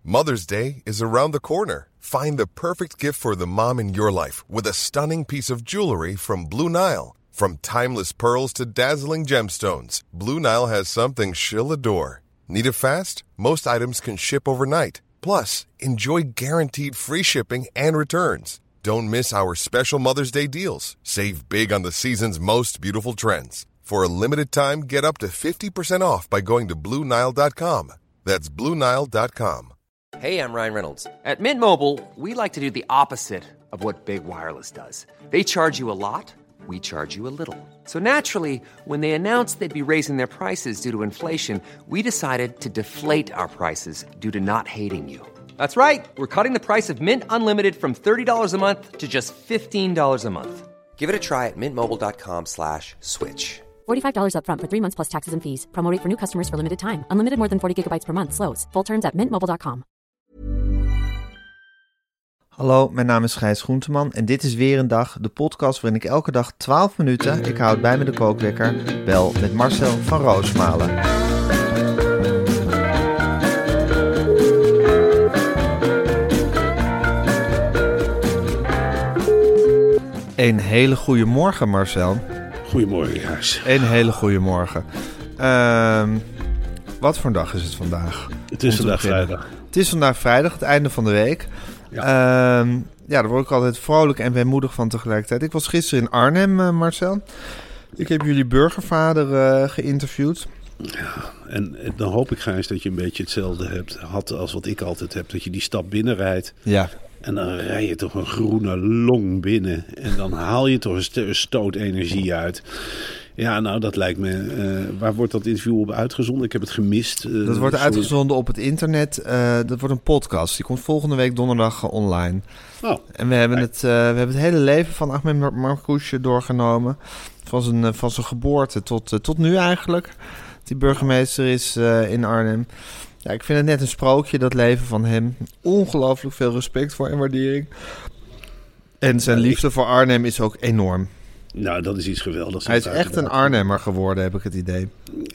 Mother's Day is around the corner. Find the perfect gift for the mom in your life with a stunning piece of jewelry from Blue Nile. From timeless pearls to dazzling gemstones, Blue Nile has something she'll adore. Need it fast? Most items can ship overnight. Plus, enjoy guaranteed free shipping and returns. Don't miss our special Mother's Day deals. Save big on the season's most beautiful trends. For a limited time, get up to 50% off by going to BlueNile.com. That's BlueNile.com. Hey, I'm Ryan Reynolds. At Mint Mobile, we like to do the opposite of what Big Wireless does. They charge you a lot, we charge you a little. So naturally, when they announced they'd be raising their prices due to inflation, we decided to deflate our prices due to not hating you. That's right. We're cutting the price of Mint Unlimited from $30 a month to just $15 a month. Give it a try at mintmobile.com/switch. $45 up front for 3 months plus taxes and fees. Promo rate for new customers for limited time. Unlimited more than 40 gigabytes per month. Slows full terms at mintmobile.com. Hallo, mijn naam is Gijs Groenteman en dit is weer een dag, de podcast waarin ik elke dag 12 minuten, ik houd bij me de kookwekker, bel met Marcel van Roosmalen. Een hele goede morgen, Marcel. Goedemorgen, Gijs. Een hele goede morgen. Wat voor een dag is het vandaag? Het is vandaag vrijdag. Het is vandaag vrijdag, het einde van de week. Ja, daar word ik altijd vrolijk en weemoedig van tegelijkertijd. Ik was gisteren in Arnhem, Marcel. Ik heb jullie burgervader geïnterviewd. Ja, en dan hoop ik, Gijs, dat je een beetje hetzelfde had als wat ik altijd heb. Dat je die stad binnenrijdt. Ja. En dan rij je toch een groene long binnen. En dan haal je toch een stoot energie uit. Ja, nou, dat lijkt me... waar wordt dat interview op uitgezonden? Ik heb het gemist. Dat wordt uitgezonden op het internet. Dat wordt een podcast. Die komt volgende week donderdag online. Oh, en we hebben het hele leven van Ahmed Marcouch doorgenomen. Van zijn geboorte tot nu eigenlijk. Die burgemeester is in Arnhem. Ja, ik vind het net een sprookje, dat leven van hem. Ongelooflijk veel respect voor en waardering. En zijn liefde voor Arnhem is ook enorm. Nou, dat is iets geweldigs. Hij is echt een Arnhemmer geworden, heb ik het idee.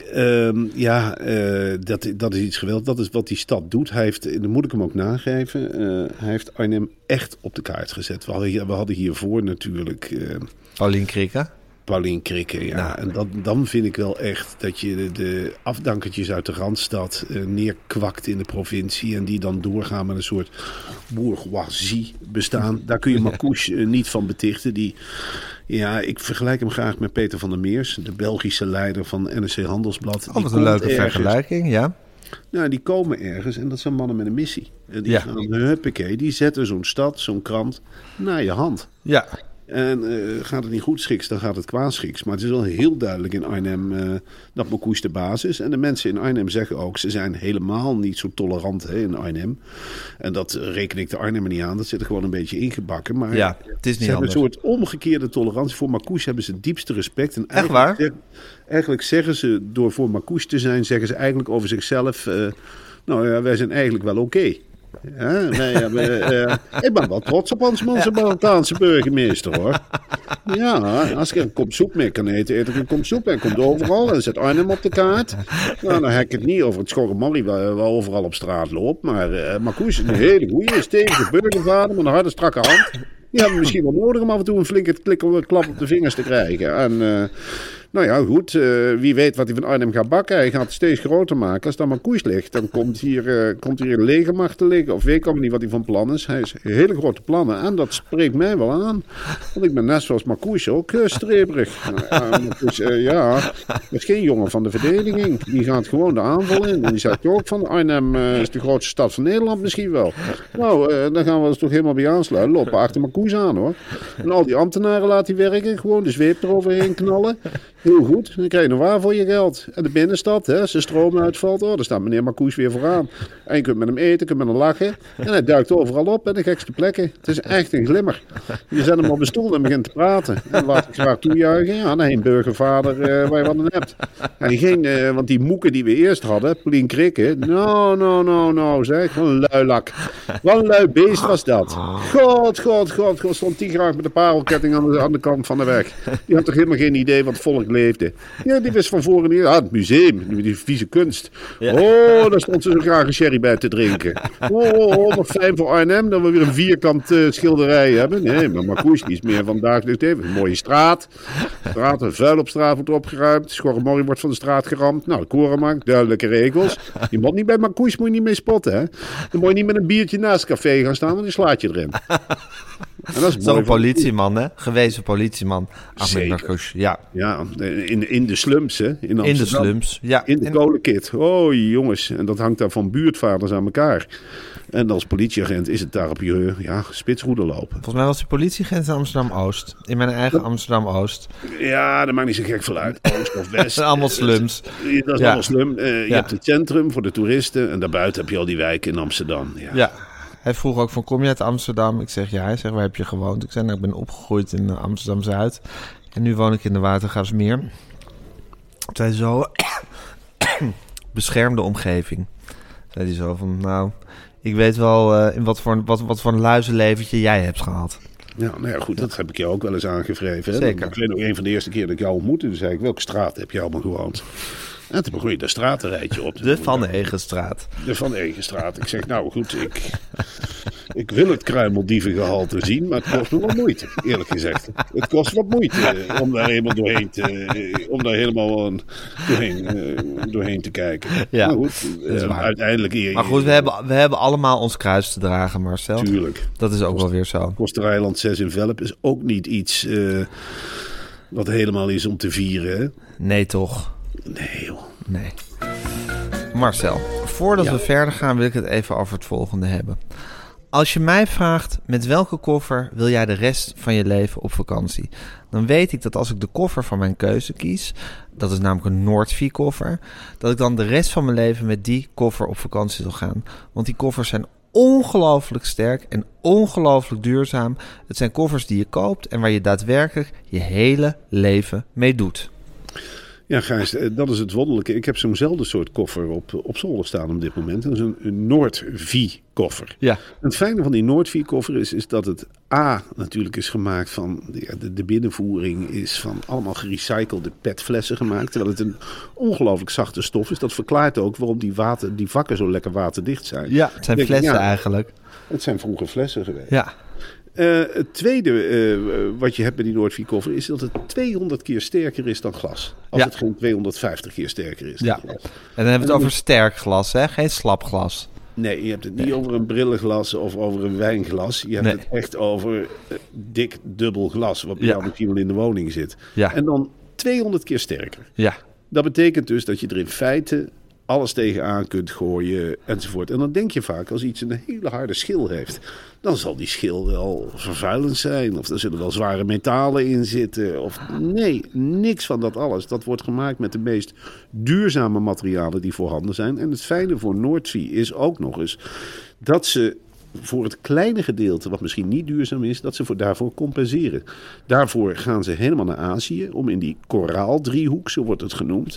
Dat is iets geweldigs. Dat is wat die stad doet. Hij heeft, en dan moet ik hem ook nageven, hij heeft Arnhem echt op de kaart gezet. We hadden hiervoor natuurlijk... Paulien Krikke, ja. Nou, En dan vind ik wel echt dat je de afdankertjes uit de Randstad neerkwakt in de provincie. En die dan doorgaan met een soort bourgeoisie bestaan. Daar kun je Marcouch niet van betichten. Ik vergelijk hem graag met Peter van der Meers, de Belgische leider van NRC Handelsblad. Wat een leuke vergelijking, ja. Nou, die komen ergens en dat zijn mannen met een missie. Die gaan, huppakee, die zetten zo'n stad, zo'n krant naar je hand. Ja. En gaat het niet goed schiks, dan gaat het kwaad schiks. Maar het is wel heel duidelijk in Arnhem dat Marcouch de baas is. En de mensen in Arnhem zeggen ook, ze zijn helemaal niet zo tolerant in Arnhem. En dat reken ik de Arnhemmer niet aan. Dat zit er gewoon een beetje ingebakken. Maar ja, het is niet ze hebben anders. een soort omgekeerde tolerantie. Voor Marcouch hebben ze het diepste respect. En echt waar? Eigenlijk zeggen ze, door voor Marcouch te zijn, zeggen ze eigenlijk over zichzelf... wij zijn eigenlijk wel oké. Ja, ik ben wel trots op onze Marokkaanse burgemeester, hoor. Ja, als ik een kom soep mee kan eten, eet ik een kom soep. En komt overal en zet Arnhem op de kaart. Nou, dan heb ik het niet over het schorremarrie waar overal op straat loopt. Maar Marcouch is een hele goeie, stevige burgervader met een harde, strakke hand. Die hebben we misschien wel nodig om af en toe een flinke klap op de vingers te krijgen. En... goed, wie weet wat hij van Arnhem gaat bakken. Hij gaat het steeds groter maken. Als daar Marcouch ligt, dan komt hier een legermacht te liggen. Of weet ik niet wat hij van plan is. Hij heeft hele grote plannen. En dat spreekt mij wel aan. Want ik ben net zoals Marcouch ook streberig. Marcouch, dat is geen jongen van de verdediging. Die gaat gewoon de aanval in. En die zegt ook van Arnhem is de grootste stad van Nederland misschien wel. Nou, dan gaan we ons toch helemaal bij aansluiten. Lopen achter Marcouch aan, hoor. En al die ambtenaren laat hij werken. Gewoon de zweep eroverheen knallen. Heel goed, dan krijg je nog waar voor je geld. En de binnenstad, als de stroom uitvalt, daar staat meneer Marcouch weer vooraan. En je kunt met hem eten, je kunt met hem lachen. En hij duikt overal op bij de gekste plekken. Het is echt een glimmer. Je zet hem op een stoel en begint te praten. En laat ik zwaar toejuichen. Ja, nee, een burgervader waar je wat aan hebt. En geen, want die moeken die we eerst hadden, Paulien Krikke. Nou, zeg. Wat een luilak. Wat een lui beest was dat. God, stond die graag met de parelketting aan de kant van de weg. Die had toch helemaal geen idee wat het volk leefde. Ja, die was van voren hier. Het museum, die vieze kunst. Ja. Oh, daar stond ze zo graag een sherry bij te drinken. Oh, wat fijn voor Arnhem dat we weer een vierkant schilderij hebben. Nee, maar Marcouch die is meer van dagelijks leven. Een mooie straat. Een vuil op straat wordt opgeruimd. Schorremorrie wordt van de straat geramd. Nou, de korenmarkt, duidelijke regels. Je moet niet bij Marcouch moet je niet mee spotten, hè. Dan moet je niet met een biertje naast het café gaan staan, want die slaat je erin. En dat is Zo'n politieman, hè? Gewezen politieman. Ahmed Marcouch, ja. Ja, in de slums, hè? In Amsterdam. In de slums, ja. In de kolenkit. Oh, jongens. En dat hangt daar van buurtvaders aan elkaar. En als politieagent is het daar op je spitsroede lopen. Volgens mij was die politieagent in Amsterdam-Oost. In mijn eigen Amsterdam-Oost. Ja, dat maakt niet zo gek veel uit. Oost of West. Allemaal slums. Dat is allemaal slum. Je hebt het centrum voor de toeristen. En daarbuiten heb je al die wijken in Amsterdam. Ja. Hij vroeg ook van, kom je uit Amsterdam? Ik zeg, ja. Hij zegt, waar heb je gewoond? Ik zeg, nou, ik ben opgegroeid in Amsterdam-Zuid. En nu woon ik in de Watergraafsmeer. Toen zei hij zo, beschermde omgeving. Zei hij zo van, nou, ik weet wel in wat voor een luizenleventje jij hebt gehad. Ja, nou ja, goed, dat heb ik jou ook wel eens aangevreven. Hè? Zeker. Ik weet nog een van de eerste keer dat ik jou ontmoette. Toen zei ik, welke straat heb je allemaal gewoond? En toen begon je dat stratenrijtje op. De Van Egenstraat. De Van Egenstraat. Ik zeg, nou goed, ik wil het kruimeldievengehalte zien, maar het kost me wat moeite, eerlijk gezegd. Het kost wat moeite om daar helemaal doorheen te kijken. Ja, maar goed, uiteindelijk... Maar goed, we hebben allemaal ons kruis te dragen, Marcel. Tuurlijk. Dat is ook wel weer zo. Kostereiland 6 in Velp is ook niet iets wat helemaal is om te vieren, hè? Nee, toch? Nee, joh. Nee. Marcel, voordat we verder gaan wil ik het even over het volgende hebben. Als je mij vraagt met welke koffer wil jij de rest van je leven op vakantie, dan weet ik dat als ik de koffer van mijn keuze kies, dat is namelijk een Noordvie koffer, dat ik dan de rest van mijn leven met die koffer op vakantie zal gaan. Want die koffers zijn ongelooflijk sterk en ongelooflijk duurzaam. Het zijn koffers die je koopt en waar je daadwerkelijk je hele leven mee doet. Ja, Gijs, dat is het wonderlijke. Ik heb zo'nzelfde soort koffer op zolder staan op dit moment. Dat is een Noordvie-koffer. Ja. En het fijne van die Noordvie-koffer is dat het natuurlijk is gemaakt van... De binnenvoering is van allemaal gerecyclede petflessen gemaakt. Terwijl het een ongelooflijk zachte stof is. Dat verklaart ook waarom die vakken zo lekker waterdicht zijn. Ja, het zijn flessen eigenlijk. Het zijn vroeger flessen geweest. Ja. Het tweede wat je hebt bij die Noordvie koffer is dat het 200 keer sterker is dan glas. Als het geen 250 keer sterker is dan glas. En dan hebben we het over sterk glas, hè? Geen slap glas. Nee, je hebt het niet over een brillenglas of over een wijnglas. Je hebt het echt over dik dubbel glas, wat bij jou misschien wel in de woning zit. Ja. En dan 200 keer sterker. Ja. Dat betekent dus dat je er in feite alles tegenaan kunt gooien enzovoort. En dan denk je vaak, als iets een hele harde schil heeft, dan zal die schil wel vervuilend zijn. Of er zullen wel zware metalen in zitten. Of nee, niks van dat alles. Dat wordt gemaakt met de meest duurzame materialen die voorhanden zijn. En het fijne voor Noordvie is ook nog eens dat ze voor het kleine gedeelte, wat misschien niet duurzaam is, dat ze daarvoor compenseren. Daarvoor gaan ze helemaal naar Azië, om in die koraaldriehoek, zo wordt het genoemd,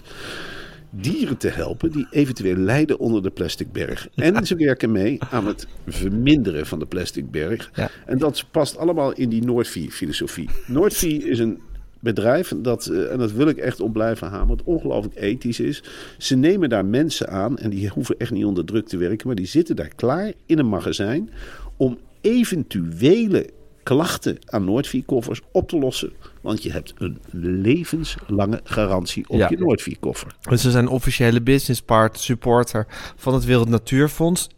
dieren te helpen die eventueel lijden onder de plastic berg. En ze werken mee aan het verminderen van de plastic berg. Ja. En dat past allemaal in die Noordvie-filosofie. Noordvie is een bedrijf dat, en dat wil ik echt op blijven hameren, ongelooflijk ethisch is. Ze nemen daar mensen aan en die hoeven echt niet onder druk te werken, maar die zitten daar klaar in een magazijn om eventuele klachten aan Noordvie-koffers op te lossen. Want je hebt een levenslange garantie op je Noordvie-koffer. Dus ze zijn officiële business partner, supporter van het Wereld Natuurfonds.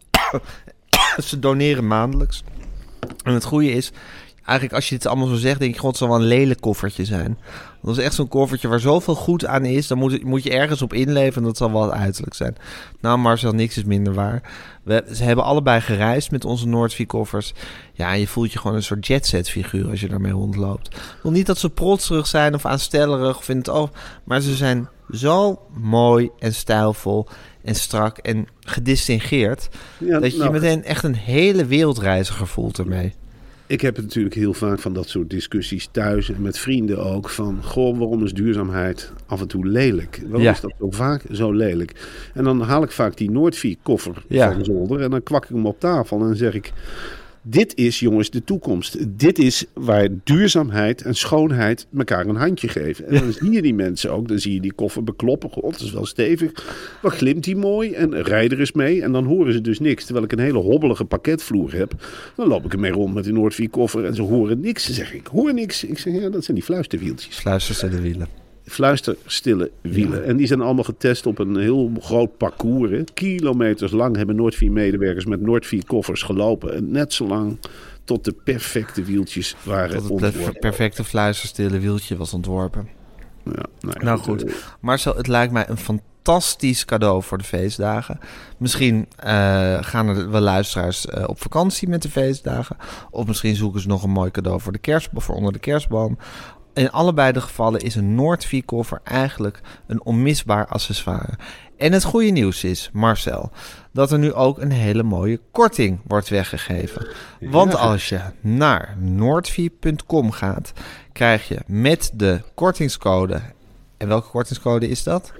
Ze doneren maandelijks. En het goede is, eigenlijk als je dit allemaal zo zegt, denk je, god, het zal wel een lelijk koffertje zijn. Dat is echt zo'n koffertje waar zoveel goed aan is. Dan moet je ergens op inleveren en dat zal wel uiterlijk zijn. Nou, Marcel, niks is minder waar. Ze hebben allebei gereisd met onze Noordvie-koffers. Ja, je voelt je gewoon een soort jetset figuur als je daarmee rondloopt. Ik wil niet dat ze protserig zijn of aanstellerig of in het oog, maar ze zijn zo mooi en stijlvol en strak en gedistingeerd, dat je meteen echt een hele wereldreiziger voelt ermee. Ik heb het natuurlijk heel vaak van dat soort discussies thuis en met vrienden ook. Van, waarom is duurzaamheid af en toe lelijk? Waarom is dat zo vaak zo lelijk? En dan haal ik vaak die Noordvie-koffer van zolder en dan kwak ik hem op tafel en dan zeg ik, Dit is, jongens, de toekomst. Dit is waar duurzaamheid en schoonheid elkaar een handje geven. En dan zie je die mensen ook. Dan zie je die koffer bekloppen. God, dat is wel stevig. Wat glimt die mooi. En rij er eens mee. En dan horen ze dus niks. Terwijl ik een hele hobbelige pakketvloer heb. Dan loop ik ermee rond met die Noordvie koffer. En ze horen niks. Ze zeggen, ik hoor niks. Ik zeg, ja, dat zijn die fluisterwieltjes. Fluisterstille wielen. Fluisterstille wielen. Ja. En die zijn allemaal getest op een heel groot parcours. Hè. Kilometers lang hebben Noordvie-medewerkers met Noordvie-koffers gelopen. En net zo lang tot de perfecte wieltjes waren ontworpen. Het perfecte fluisterstille wieltje was ontworpen. Ja, nou goed. Marcel, het lijkt mij een fantastisch cadeau voor de feestdagen. Misschien gaan er wel luisteraars op vakantie met de feestdagen. Of misschien zoeken ze nog een mooi cadeau voor onder de kerstboom. In allebei de gevallen is een Noordvie-koffer eigenlijk een onmisbaar accessoire. En het goede nieuws is, Marcel, dat er nu ook een hele mooie korting wordt weggegeven. Want als je naar noordvie.com gaat, krijg je met de kortingscode... En welke kortingscode is dat?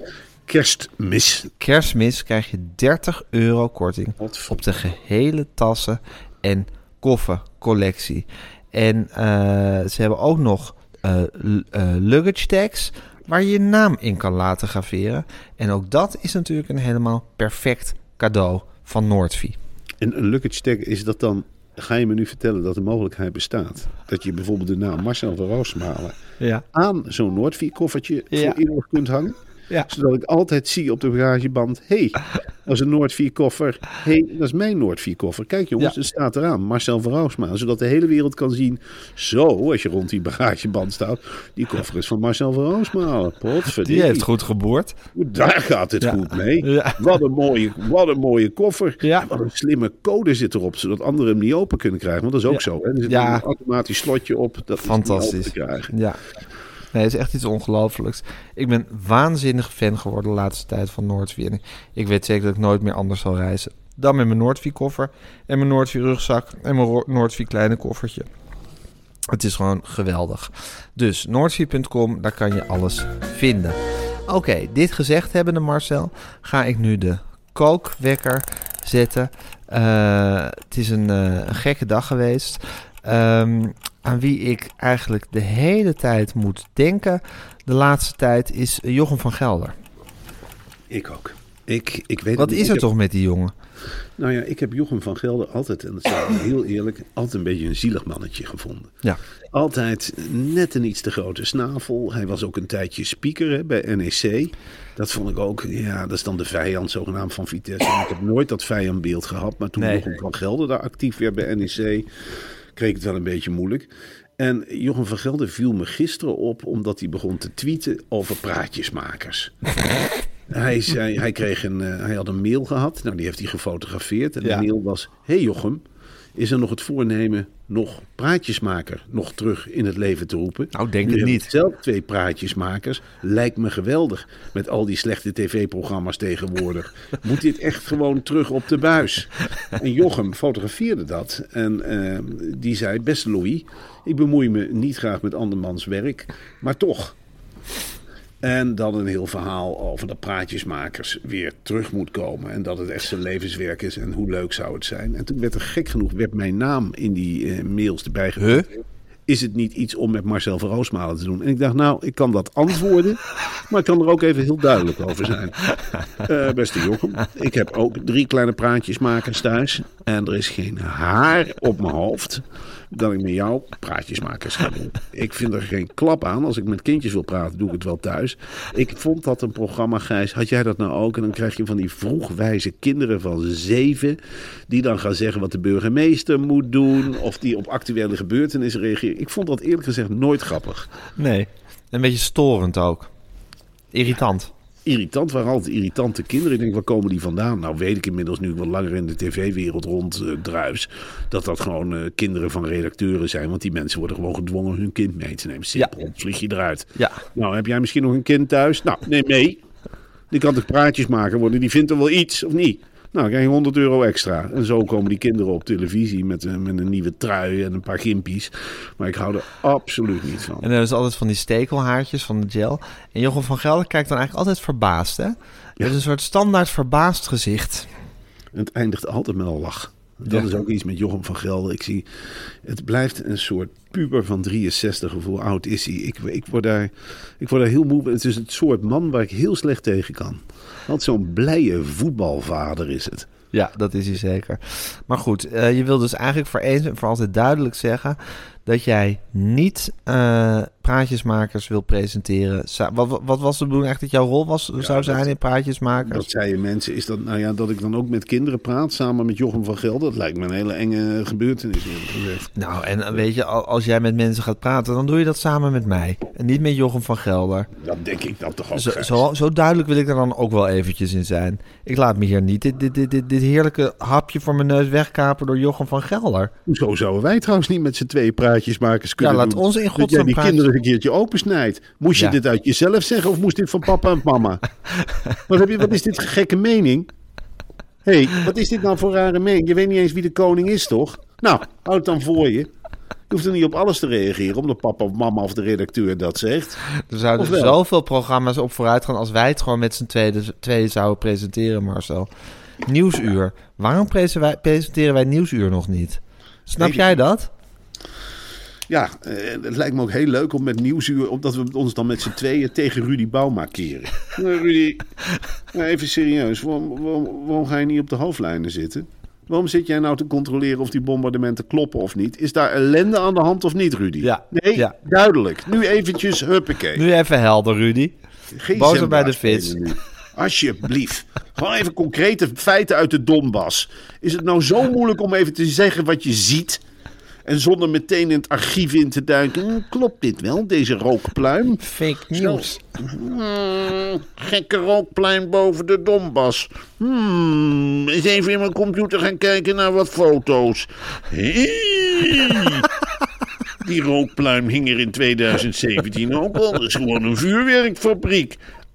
Kerstmis krijg je €30 korting op de gehele tassen en koffercollectie. En ze hebben ook nog luggage tags waar je je naam in kan laten graveren. En ook dat is natuurlijk een helemaal perfect cadeau van Noordvie. En een luggage tag, is dat dan... Ga je me nu vertellen dat de mogelijkheid bestaat dat je bijvoorbeeld de naam Marcel van Roosmalen aan zo'n Noordvie-koffertje voor eeuwig kunt hangen? Ja. Zodat ik altijd zie op de bagageband, dat is een Noordvie-koffer. Dat is mijn Noordvie-koffer. Kijk jongens, het staat eraan. Marcel van Roosmalen. Zodat de hele wereld kan zien, zo, als je rond die bagageband staat, die koffer is van Marcel van Roosmalen. Die heeft goed geboord. Daar gaat het goed mee. Ja. Wat een mooie koffer. Ja. Wat een slimme code zit erop, zodat anderen hem niet open kunnen krijgen. Want dat is ook zo. Hè? Er zit een automatisch slotje op. Dat fantastisch. Is niet open te krijgen. Ja. Nee, het is echt iets ongelooflijks. Ik ben waanzinnig fan geworden de laatste tijd van Noordvie. En ik weet zeker dat ik nooit meer anders zal reizen dan met mijn Noordvie-koffer en mijn Noordvie-rugzak en mijn Noordvie-kleine koffertje. Het is gewoon geweldig. Dus Noordvie.com, daar kan je alles vinden. Oké, dit gezegd hebbende, Marcel, ga ik nu de kookwekker zetten. Het is een gekke dag geweest. Aan wie ik eigenlijk de hele tijd moet denken de laatste tijd is Jochem van Gelder. Ik ook. Ik weet Wat is er toch met die jongen? Nou ja, ik heb Jochem van Gelder altijd, en dat zeg ik heel eerlijk, altijd een beetje een zielig mannetje gevonden. Ja. Altijd net een iets te grote snavel. Hij was ook een tijdje speaker bij NEC. Dat vond ik ook, dat is dan de vijand zogenaamd van Vitesse. Ik heb nooit dat vijandbeeld gehad, maar toen Jochem van Gelder daar actief werd bij NEC, kreeg ik het wel een beetje moeilijk. En Jochem van Gelder viel me gisteren op omdat hij begon te tweeten over praatjesmakers. Hij had een mail gehad. Nou, die heeft hij gefotografeerd. En de mail was: Hey Jochem, is er nog het voornemen nog praatjesmaker nog terug in het leven te roepen? Nou, denk het niet. Zelf 2 praatjesmakers. Lijkt me geweldig. Met al die slechte tv-programma's tegenwoordig. Moet dit echt gewoon terug op de buis? En Jochem fotografeerde dat. En die zei: Beste Louis, ik bemoei me niet graag met andermans werk. Maar toch. En dan een heel verhaal over dat praatjesmakers weer terug moet komen. En dat het echt zijn levenswerk is. En hoe leuk zou het zijn. En toen werd er gek genoeg mijn naam in die mails erbij gezet. Is het niet iets om met Marcel van Roosmalen te doen? En ik dacht, nou, ik kan dat antwoorden. Maar ik kan er ook even heel duidelijk over zijn. Beste Jochem, ik heb ook 3 kleine praatjesmakers thuis. En er is geen haar op mijn hoofd dat ik met jou praatjesmakers ga doen. Ik vind er geen klap aan. Als ik met kindjes wil praten, doe ik het wel thuis. Ik vond dat een programma, Gijs. Had jij dat nou ook? En dan krijg je van die vroegwijze kinderen van 7... die dan gaan zeggen wat de burgemeester moet doen. Of die op actuele gebeurtenissen reageren. Ik vond dat eerlijk gezegd nooit grappig. Nee, een beetje storend ook. Irritant. Irritant, waren altijd irritante kinderen. Ik denk, waar komen die vandaan? Nou weet ik inmiddels, nu ik wat langer in de tv-wereld rond-druis... dat gewoon kinderen van redacteuren zijn. Want die mensen worden gewoon gedwongen hun kind mee te nemen. Simpel, vlieg je eruit. Ja. Nou, heb jij misschien nog een kind thuis? Nou, neem mee. Die kan toch praatjes maken worden? Die vindt er wel iets, of niet? Nou, dan krijg je €100 extra. En zo komen die kinderen op televisie met een nieuwe trui en een paar gimpies. Maar ik hou er absoluut niet van. En dan hebben ze altijd van die stekelhaartjes van de gel. En Jochem van Gelder kijkt dan eigenlijk altijd verbaasd, hè? Hij heeft een soort standaard verbaasd gezicht. En het eindigt altijd met een lach. Dat is ook iets met Jochem van Gelder. Het blijft een soort puber van 63. Hoe oud is hij? Ik word daar heel moe. Het is het soort man waar ik heel slecht tegen kan. Want zo'n blije voetbalvader is het. Ja, dat is hij zeker. Maar goed, je wil dus eigenlijk voor eens en voor altijd duidelijk zeggen dat jij niet praatjesmakers wil presenteren. Wat was de bedoeling echt dat jouw rol zou zijn in praatjesmakers? Dat zeiden mensen, is dat dat ik dan ook met kinderen praat samen met Jochem van Gelder. Dat lijkt me een hele enge gebeurtenis. Nou, en weet je, als jij met mensen gaat praten, dan doe je dat samen met mij. En niet met Jochem van Gelder. Dat denk ik dan toch ook. Zo duidelijk wil ik er dan ook wel eventjes in zijn. Ik laat me hier niet dit heerlijke hapje voor mijn neus wegkapen door Jochem van Gelder. Hoezo zouden wij trouwens niet met z'n twee praatjesmakers kunnen doen? Ja, laat ons in dat godsnaam jij die kinderen een keertje opensnijdt. Moest je dit uit jezelf zeggen of moest dit van papa en mama? Wat is dit gekke mening? Hé, wat is dit nou voor rare mening? Je weet niet eens wie de koning is, toch? Nou, houd het dan voor je. Je hoeft er niet op alles te reageren, omdat papa of mama of de redacteur dat zegt. Er zouden zoveel programma's op vooruit gaan als wij het gewoon met z'n tweeën zouden presenteren, Marcel. Nieuwsuur. Waarom presenteren wij Nieuwsuur nog niet? Snap jij dat? Ja, het lijkt me ook heel leuk om met Nieuwsuur, omdat we ons dan met z'n tweeën tegen Rudy Bouma keren. Rudy, even serieus, waarom ga je niet op de hoofdlijnen zitten? Waarom zit jij nou te controleren of die bombardementen kloppen of niet? Is daar ellende aan de hand of niet, Rudy? Ja. Nee, ja. Duidelijk. Nu eventjes, huppakee. Nu even helder, Rudy. Bozer bij de vis. Alsjeblieft. Gewoon even concrete feiten uit de Donbass. Is het nou zo moeilijk om even te zeggen wat je ziet? En zonder meteen in het archief in te duiken. Klopt dit wel, deze rookpluim? Fake nieuws. Gekke rookpluim boven de Donbass. Eens even in mijn computer gaan kijken naar wat foto's. Die rookpluim hing er in 2017 ook al. Dat is gewoon een vuurwerkfabriek.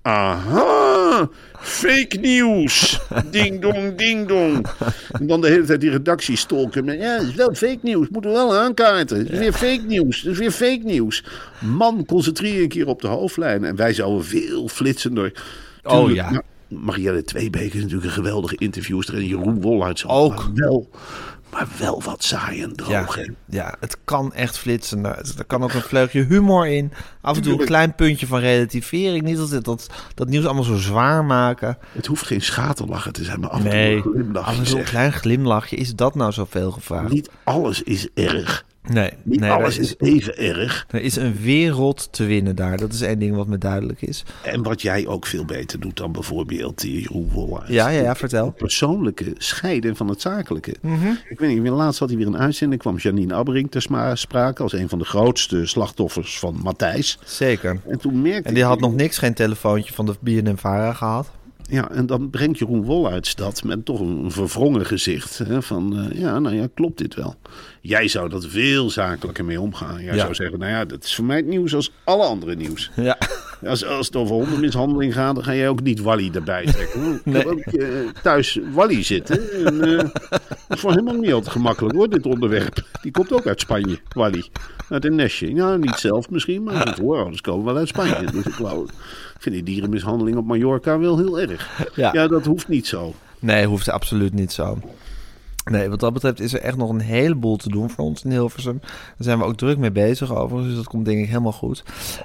Aha, fake nieuws. Ding dong, ding dong. En dan de hele tijd die redactie stolken. Ja, het is wel fake nieuws. Moeten we wel aankaarten. Het is weer fake nieuws. Het is weer fake nieuws. Man, concentreer je een keer op de hoofdlijn. En wij zouden veel flitsender. Oh ja. Nou, Marielle Tweebeke is natuurlijk een geweldige interviewster. En Jeroen Wolhuis ook. Maar wel wat saai en droog. Ja, het kan echt flitsen. Er kan ook een vleugje humor in. Af en toe een klein puntje van relativering. Niet dat nieuws allemaal zo zwaar maken. Het hoeft geen schaterlachen te zijn, maar af en toe een glimlachje. Af en toe een klein glimlachje. Is dat nou zoveel gevraagd? Niet alles is erg. Nee, alles is even erg. Er is een wereld te winnen daar. Dat is één ding wat me duidelijk is. En wat jij ook veel beter doet dan bijvoorbeeld Jeroen Wolhuis. Ja, vertel. Het persoonlijke scheiden van het zakelijke. Mm-hmm. Ik weet niet, laatst had hij weer een uitzending. kwam Janine Abbering ter sprake als een van de grootste slachtoffers van Matthijs. Zeker. En toen merkte die had nog geen telefoontje van de BNNVARA gehad. Ja, en dan brengt Jeroen Wolhuis dat met toch een verwrongen gezicht. Hè, van, klopt dit wel? Jij zou dat veel zakelijker mee omgaan. Jij zou zeggen, dat is voor mij het nieuws als alle andere nieuws. Ja. Als het over hondenmishandeling gaat, dan ga jij ook niet Wally erbij trekken. Ik heb ook thuis Wally zitten. En, dat is voor hem ook niet altijd gemakkelijk hoor, dit onderwerp. Die komt ook uit Spanje, Wally. Uit een nestje. Nou, niet zelf misschien, maar zijn voorouders komen wel uit Spanje. Dus ik vind die dierenmishandeling op Mallorca wel heel erg. Ja, dat hoeft niet zo. Nee, hoeft absoluut niet zo. Nee, wat dat betreft is er echt nog een heleboel te doen voor ons in Hilversum. Daar zijn we ook druk mee bezig overigens, dus dat komt denk ik helemaal goed.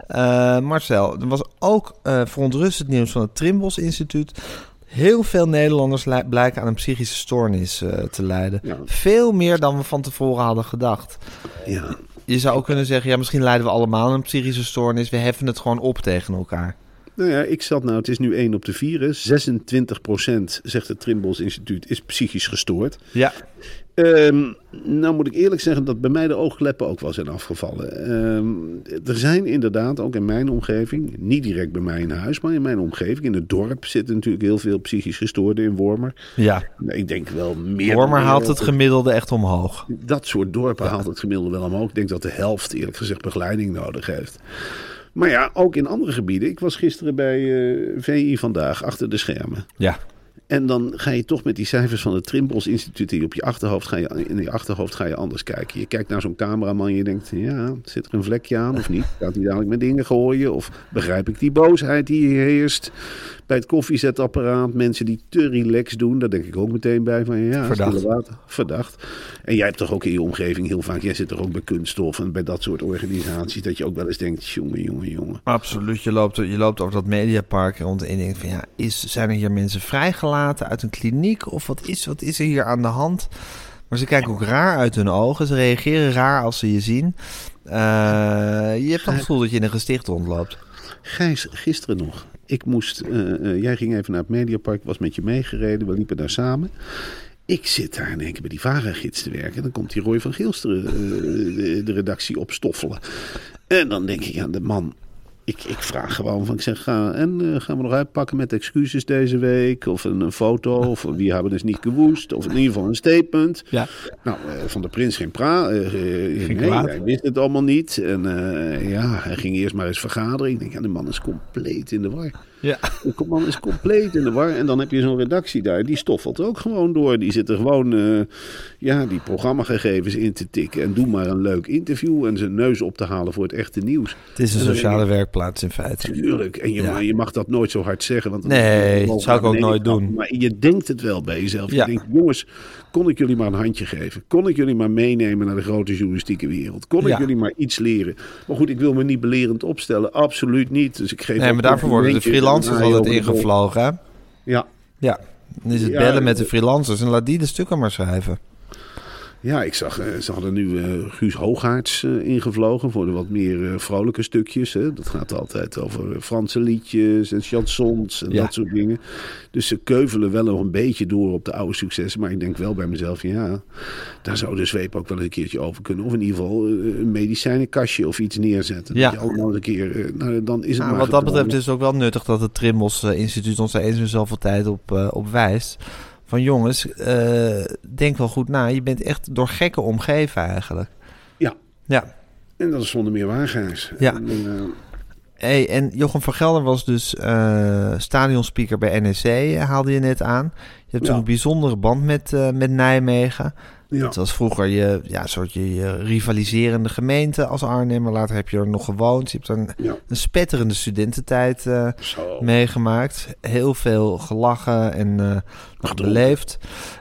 Marcel, er was ook verontrustend nieuws van het Trimbos Instituut. Heel veel Nederlanders blijken aan een psychische stoornis te lijden. Ja. Veel meer dan we van tevoren hadden gedacht. Ja. Je zou ook kunnen zeggen, misschien lijden we allemaal aan een psychische stoornis. We heffen het gewoon op tegen elkaar. Nou ja, het is nu 1 op de 4. 26% zegt het Trimbos Instituut is psychisch gestoord. Ja. Nou moet ik eerlijk zeggen dat bij mij de oogkleppen ook wel zijn afgevallen. Er zijn inderdaad ook in mijn omgeving, niet direct bij mij in huis, maar in mijn omgeving, in het dorp zitten natuurlijk heel veel psychisch gestoorden in Wormer. Ja. Ik denk wel meer. Wormer haalt het gemiddelde echt omhoog. Dat soort dorpen haalt het gemiddelde wel omhoog. Ik denk dat de helft eerlijk gezegd begeleiding nodig heeft. Maar ja, ook in andere gebieden. Ik was gisteren bij VI Vandaag achter de schermen. Ja. En dan ga je toch met die cijfers van het Trimbos Instituut in je achterhoofd ga je anders kijken. Je kijkt naar zo'n cameraman en je denkt, ja, zit er een vlekje aan of niet? Gaat hij dadelijk met dingen gooien? Of begrijp ik die boosheid die hier heerst bij het koffiezetapparaat? Mensen die te relaxed doen, daar denk ik ook meteen bij van, ja, verdacht. En jij hebt toch ook in je omgeving heel vaak, jij zit toch ook bij Kunststof en bij dat soort organisaties, dat je ook wel eens denkt, jongen. Absoluut, je loopt over dat Mediapark rond en je denkt van, ja, zijn er hier mensen vrijgelaten uit een kliniek? Of wat is er hier aan de hand? Maar ze kijken ook raar uit hun ogen. Ze reageren raar als ze je zien. Je hebt het gevoel dat je in een gesticht rondloopt. Gijs, gisteren nog. Jij ging even naar het Mediapark, was met je meegereden. We liepen daar samen. Ik zit daar in één keer bij die VARA-gids te werken. En dan komt die Roy van Geelster de redactie opstoffelen. En dan denk ik aan de man. Ik vraag gewoon van, ik zeg, gaan we nog uitpakken met excuses deze week? Of een foto? Of wie hebben dus niet gewoest? Of in ieder geval een statement. Ja. Nou, Van der Prins geen hij wist het allemaal niet. En hij ging eerst maar eens vergaderen. Ik denk, ja, de man is compleet in de war. Ja. De man is compleet in de war. En dan heb je zo'n redactie daar. Die stoffelt ook gewoon door. Die zitten gewoon die programmagegevens in te tikken. En doe maar een leuk interview. En zijn neus op te halen voor het echte nieuws. Het is een sociale werkplaats in feite. Tuurlijk. En je mag dat nooit zo hard zeggen. Want dat zou ik ook nooit doen. Maar je denkt het wel bij jezelf. Ja. Je denkt, jongens, kon ik jullie maar een handje geven? Kon ik jullie maar meenemen naar de grote journalistieke wereld? Kon ik jullie maar iets leren? Maar goed, ik wil me niet belerend opstellen. Absoluut niet. Dus ik geef maar daarvoor worden de freelancers altijd ingevlogen, hè? Ja. Ja, dan is het bellen met de freelancers en laat die de stukken maar schrijven. Ja, ik zag, ze hadden nu Guus Hoogaerts ingevlogen voor de wat meer vrolijke stukjes. Hè. Dat gaat altijd over Franse liedjes en chansons en dat soort dingen. Dus ze keuvelen wel nog een beetje door op de oude successen. Maar ik denk wel bij mezelf, ja, daar zou de zweep ook wel eens een keertje over kunnen. Of in ieder geval een medicijnenkastje of iets neerzetten. Ja. Dat je allemaal een keer, dan is het maar wat dat betreft is het ook wel nuttig dat het Trimbos Instituut ons daar eens in zoveel tijd op wijst. Van jongens, denk wel goed na. Je bent echt door gekken omgeven eigenlijk. Ja. En dat is zonder meer waar, Gijs. Ja. En Jochem van Gelder was dus stadionspeaker bij NEC, haalde je net aan. Je hebt een bijzondere band met Nijmegen. Ja. Het was vroeger je rivaliserende gemeente als Arnhem. Maar later heb je er nog gewoond. Je hebt een spetterende studententijd meegemaakt. Heel veel gelachen en beleefd.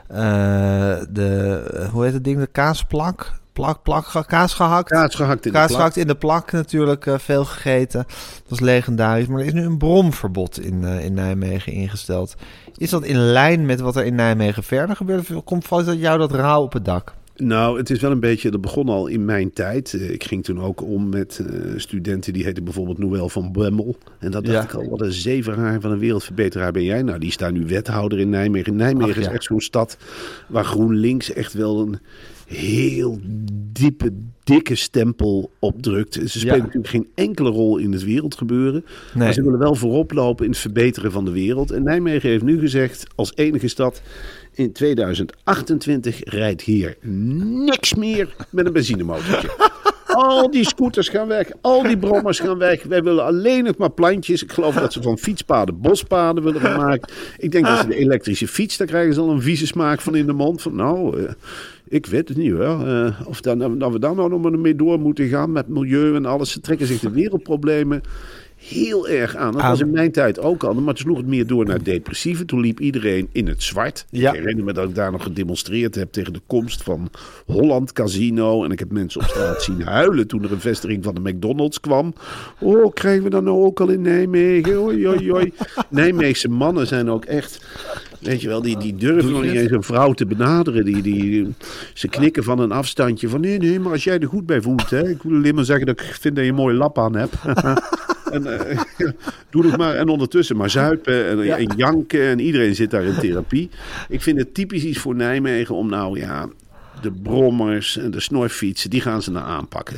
Hoe heet het ding? De kaasplak? Kaas gehakt in de plak natuurlijk, veel gegeten. Dat was legendarisch. Maar er is nu een bromverbod in Nijmegen ingesteld. Is dat in lijn met wat er in Nijmegen verder gebeurt? Valt dat jou dat rauw op het dak? Nou, het is wel een beetje, dat begon al in mijn tijd. Ik ging toen ook om met studenten, die heette bijvoorbeeld Noël van Bremmel. En dat dacht ik al, wat een zevenhaar van een wereldverbeteraar ben jij. Nou, die is daar nu wethouder in Nijmegen. Nijmegen is echt zo'n stad waar GroenLinks echt wel een heel dikke stempel opdrukt. Ze spelen natuurlijk geen enkele rol in het wereldgebeuren. Nee. Maar ze willen wel voorop lopen in het verbeteren van de wereld. En Nijmegen heeft nu gezegd, als enige stad, in 2028 rijdt hier niks meer met een benzinemotortje. Al die scooters gaan weg. Al die brommers gaan weg. Wij willen alleen nog maar plantjes. Ik geloof dat ze van fietspaden bospaden willen gaan maken. Ik denk dat ze de elektrische fiets, daar krijgen ze al een vieze smaak van in de mond. Van ik weet het niet hoor. Of dat we daar nou nog mee door moeten gaan met milieu en alles. Ze trekken zich de wereldproblemen heel erg aan. Dat was in mijn tijd ook al. Maar toen sloeg het meer door naar depressieve. Toen liep iedereen in het zwart. Ja. Ik herinner me dat ik daar nog gedemonstreerd heb tegen de komst van Holland Casino. En ik heb mensen op straat zien huilen toen er een vestiging van de McDonald's kwam. Oh, krijgen we dat nou ook al in Nijmegen? Oei, oei, oei. Nijmeegse mannen zijn ook echt... Weet je wel, die durven nog niet eens een vrouw te benaderen. Ze knikken van een afstandje van... Nee, maar als jij er goed bij voelt... Hè, ik wil alleen maar zeggen dat ik vind dat je een mooie lap aan hebt. En doe het maar. En ondertussen maar zuipen en janken. En iedereen zit daar in therapie. Ik vind het typisch iets voor Nijmegen om de brommers en de snorfietsen... die gaan ze nou aanpakken.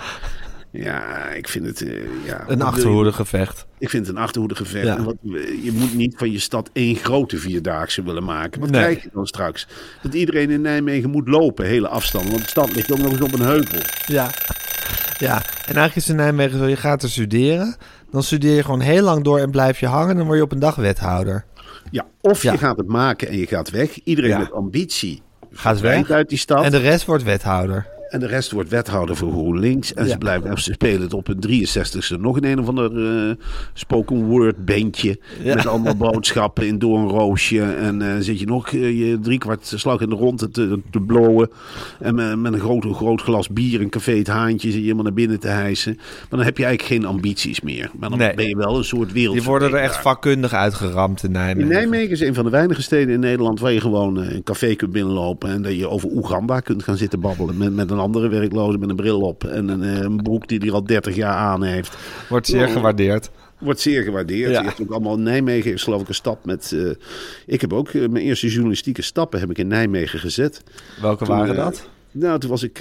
Ja, ik vind het... een achterhoedegevecht. Ik vind het een achterhoedegevecht. Ja. Je moet niet van je stad één grote vierdaagse willen maken. Wat krijg je dan straks? Dat iedereen in Nijmegen moet lopen, hele afstanden. Want de stad ligt ook nog eens op een heuvel. Ja, en eigenlijk is in Nijmegen zo, je gaat er studeren. Dan studeer je gewoon heel lang door en blijf je hangen. Dan word je op een dag wethouder. Ja, of je gaat het maken en je gaat weg. Iedereen met ambitie gaat weg uit die stad. En de rest wordt wethouder. En de rest wordt wethouder voor GroenLinks. En ze spelen het op hun 63ste nog een of ander spoken word bandje. Ja. Met allemaal boodschappen in Doornroosje. En zit je nog je 3/4 slag in de ronde te blowen. En met een groot glas bier, een café het Haantje, zit je helemaal naar binnen te hijsen. Maar dan heb je eigenlijk geen ambities meer. Maar dan ben je wel een soort wereld. Die worden er echt vakkundig uitgeramd in Nijmegen. Nijmegen is een van de weinige steden in Nederland waar je gewoon een café kunt binnenlopen. En dat je over Oeganda kunt gaan zitten babbelen. Met een andere werkloze met een bril op en een broek die hij al 30 jaar aan heeft. Wordt zeer gewaardeerd. Wordt zeer gewaardeerd. Ja. Je hebt ook allemaal Nijmegen is geloof ik een stad met... ik heb ook mijn eerste journalistieke stappen heb ik in Nijmegen gezet. Welke waren dat? Nou, toen was ik...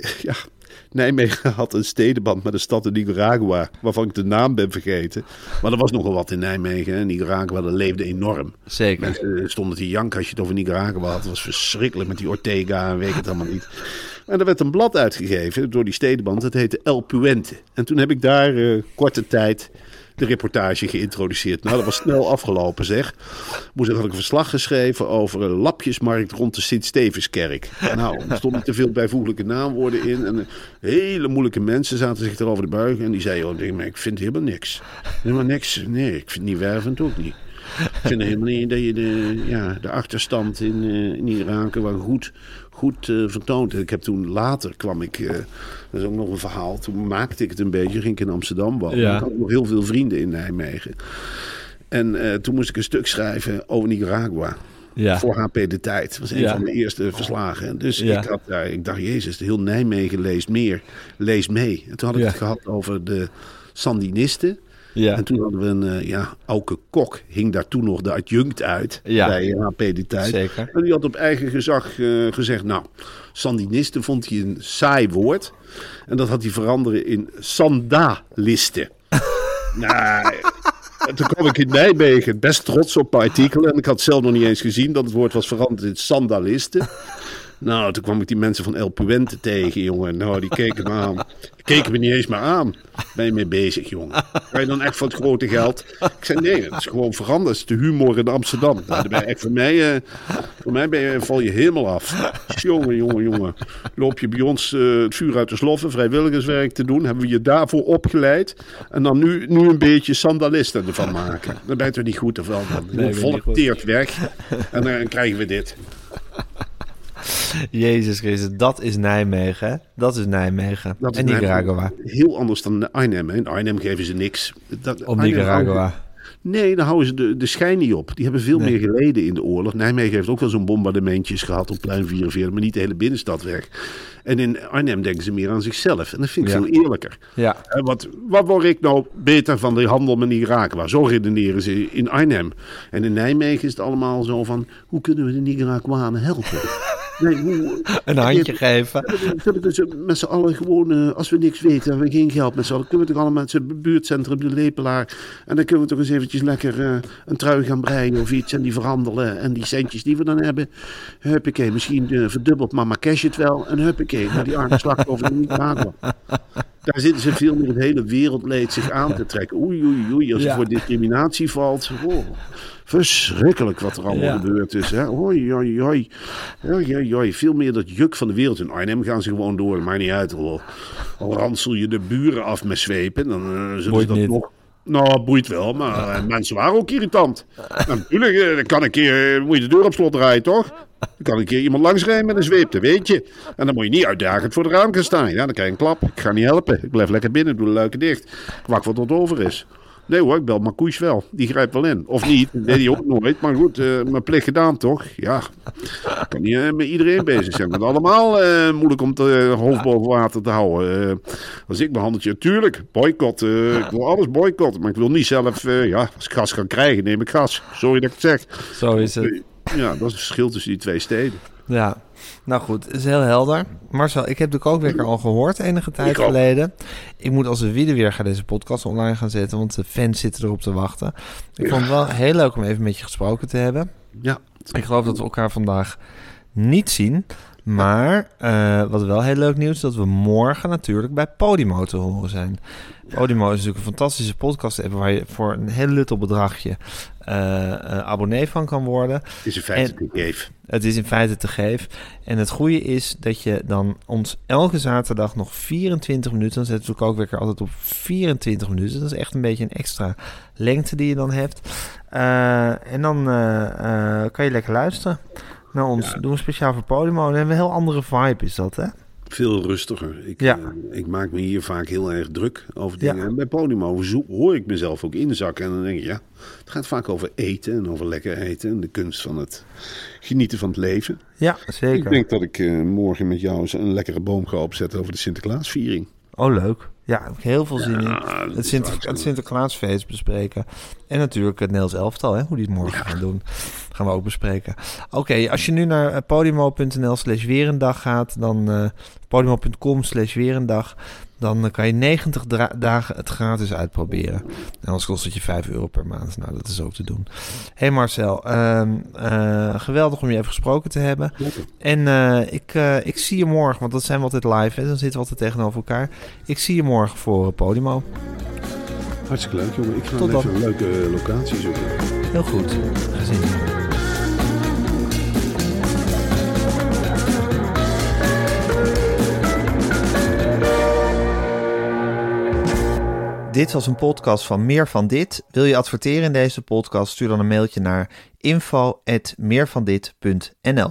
Nijmegen had een stedenband met een stad in Nicaragua, waarvan ik de naam ben vergeten. Maar er was nogal wat in Nijmegen. En Nicaragua, dat leefde enorm. Zeker. Mensen stonden te janken als je het over Nicaragua had. Het was verschrikkelijk met die Ortega en weet ik het allemaal niet. En er werd een blad uitgegeven door die stedenband. Het heette El Puente. En toen heb ik daar korte tijd de reportage geïntroduceerd. Nou, dat was snel afgelopen, zeg. Had ik een verslag geschreven over een lapjesmarkt rond de Sint-Stevenskerk. Nou, er stond niet te veel bijvoeglijke naamwoorden in. En hele moeilijke mensen zaten zich erover te buigen. En die zeiden, ik vind helemaal niks. Helemaal niks. Nee, ik vind het niet wervend ook niet. Ik vind helemaal niet dat je de achterstand in Irak wel goed vertoont. Ik heb toen later kwam ik, dat is ook nog een verhaal, toen maakte ik het een beetje, ging ik in Amsterdam wonen. Ja. Ik had nog heel veel vrienden in Nijmegen. En toen moest ik een stuk schrijven over Nicaragua. Ja. Voor HP De Tijd. Dat was een van de eerste verslagen. Dus ik dacht, jezus, heel Nijmegen leest mee. En toen had ik het gehad over de Sandinisten. Ja. En toen hadden we Auke Kok, hing daar toen nog de adjunct uit bij HP De Tijd. Zeker. En die had op eigen gezag gezegd, nou, Sandinisten vond hij een saai woord. En dat had hij veranderen in Sandalisten. Nou, toen kwam ik in Nijmegen best trots op mijn artikelen. En ik had zelf nog niet eens gezien dat het woord was veranderd in Sandalisten. Nou, toen kwam ik die mensen van El Puente tegen, jongen. Nou, die keken me aan. Die keken me niet eens maar aan. Ben je mee bezig, jongen? Ga je dan echt voor het grote geld? Ik zei, nee, dat is gewoon veranderd. Dat is de humor in Amsterdam. Nou, ben je echt voor mij val je helemaal af. Jongen. Loop je bij ons het vuur uit de sloffen, vrijwilligerswerk te doen. Hebben we je daarvoor opgeleid. En dan nu een beetje sandalisten ervan maken. Dan ben je toch niet goed of wel? Het volk teert weg. En dan krijgen we dit. Jezus Christus, dat is Nijmegen, hè? Dat is Nijmegen. En Nicaragua. Heel anders dan Arnhem. In Arnhem geven ze niks. Op Nicaragua. Nee, dan houden ze de schijn niet op. Die hebben veel meer geleden in de oorlog. Nijmegen heeft ook wel zo'n bombardementjes gehad op plein 44, maar niet de hele binnenstad weg. En in Arnhem denken ze meer aan zichzelf. En dat vind ik veel eerlijker. Ja. Wat word ik nou beter van de handel met Nicaragua? Zo redeneren ze in Arnhem. En in Nijmegen is het allemaal zo van, hoe kunnen we de Nicaraguanen helpen? Nee, een handje geven. Kunnen we dus met z'n allen gewoon, als we niks weten, hebben we geen geld met z'n allen, kunnen we toch allemaal met z'n buurtcentrum de Lepelaar. En dan kunnen we toch eens eventjes lekker een trui gaan breien of iets en die verhandelen. En die centjes die we dan hebben, huppakee, misschien verdubbelt mama cash het wel. En huppakee, naar die arme slachtoffer in Nicaragua. Daar zitten ze veel meer het hele wereldleed zich aan te trekken. Oei, als je voor discriminatie valt. Oh, verschrikkelijk wat er allemaal gebeurd is. Hè? Hoi. Veel meer dat juk van de wereld. In Arnhem gaan ze gewoon door. Dat maakt niet uit. Al ransel je de buren af met zwepen. Dan zullen ze dat niet. Nog... Nou, boeit wel, maar mensen waren ook irritant. Nou, natuurlijk, dan kan een keer, moet je de deur op slot draaien, toch? Dan kan een keer iemand langsrijden met een zweep, dat weet je. En dan moet je niet uitdagend voor de raam gaan staan. Ja, dan krijg je een klap. Ik ga niet helpen. Ik blijf lekker binnen, doe de luiken dicht. Ik wacht wat tot over is. Nee hoor, ik bel Marcouch wel. Die grijpt wel in. Of niet, dat deed hij ook nooit. Maar goed, mijn plicht gedaan toch? Ja, ik kan niet met iedereen bezig zijn. Het is allemaal moeilijk om het hoofd boven water te houden. Als ik mijn handeltje, tuurlijk, boycott. Ik wil alles boycotten. Maar ik wil niet zelf, als ik gas kan krijgen, neem ik gas. Sorry dat ik het zeg. Zo is het. Ja, dat is het verschil tussen die twee steden. Ja, nou goed, het is heel helder. Marcel, ik heb de kookwekker al gehoord enige tijd geleden. Ik moet als een wiedeweer deze podcast online gaan zetten, want de fans zitten erop te wachten. Ik vond het wel heel leuk om even met je gesproken te hebben. Ja. Ik geloof dat we elkaar vandaag niet zien. Maar wat wel heel leuk nieuws is dat we morgen natuurlijk bij Podimo te horen zijn. Podimo is natuurlijk een fantastische podcast app waar je voor een heel luttel bedragje abonnee van kan worden. Het is in feite te geef. Het is in feite te geef. En het goede is dat je dan ons elke zaterdag nog 24 minuten... dan zetten we ook weer altijd op 24 minuten. Dat is echt een beetje een extra lengte die je dan hebt. En dan kan je lekker luisteren naar ons. Doen we speciaal voor Podimo. Dan hebben we een heel andere vibe is dat, hè? Veel rustiger. Ik maak me hier vaak heel erg druk over dingen. Ja. En bij Podimo hoor ik mezelf ook inzakken. En dan denk ik, het gaat vaak over eten en over lekker eten. En de kunst van het genieten van het leven. Ja, zeker. Ik denk dat ik morgen met jou eens een lekkere boom ga opzetten over de Sinterklaasviering. Oh, leuk. Ja, daar heb ik heel veel zin in. Het Sinterklaasfeest bespreken. En natuurlijk het Nederlands elftal, hè, hoe die het morgen gaan doen. Gaan we ook bespreken. Oké, als je nu naar podimo.nl/weerendag gaat, dan podimo.com/weerendag, dan kan je 90 dagen het gratis uitproberen. En anders kost het je €5 per maand. Nou, dat is ook te doen. Hey Marcel, geweldig om je even gesproken te hebben. En ik zie je morgen, want dat zijn we altijd live, hè, dan zitten we altijd tegenover elkaar. Ik zie je morgen voor Podimo. Hartstikke leuk, jongen. Ik ga Tot even dan. een leuke locatie zoeken. Heel goed. Gezien. Dit was een podcast van Meer van Dit. Wil je adverteren in deze podcast? Stuur dan een mailtje naar info@meervandit.nl.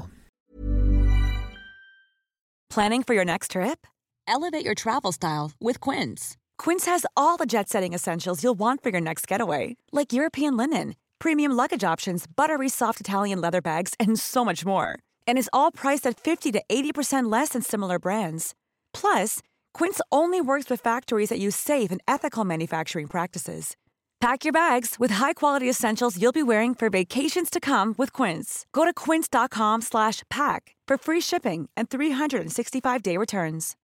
Planning for your next trip? Elevate your travel style with Quince. Quince has all the jet-setting essentials you'll want for your next getaway, like European linen, premium luggage options, buttery soft Italian leather bags, and so much more. And is all priced at 50 to 80% less than similar brands. Plus, Quince only works with factories that use safe and ethical manufacturing practices. Pack your bags with high-quality essentials you'll be wearing for vacations to come with Quince. Go to quince.com/pack for free shipping and 365-day returns.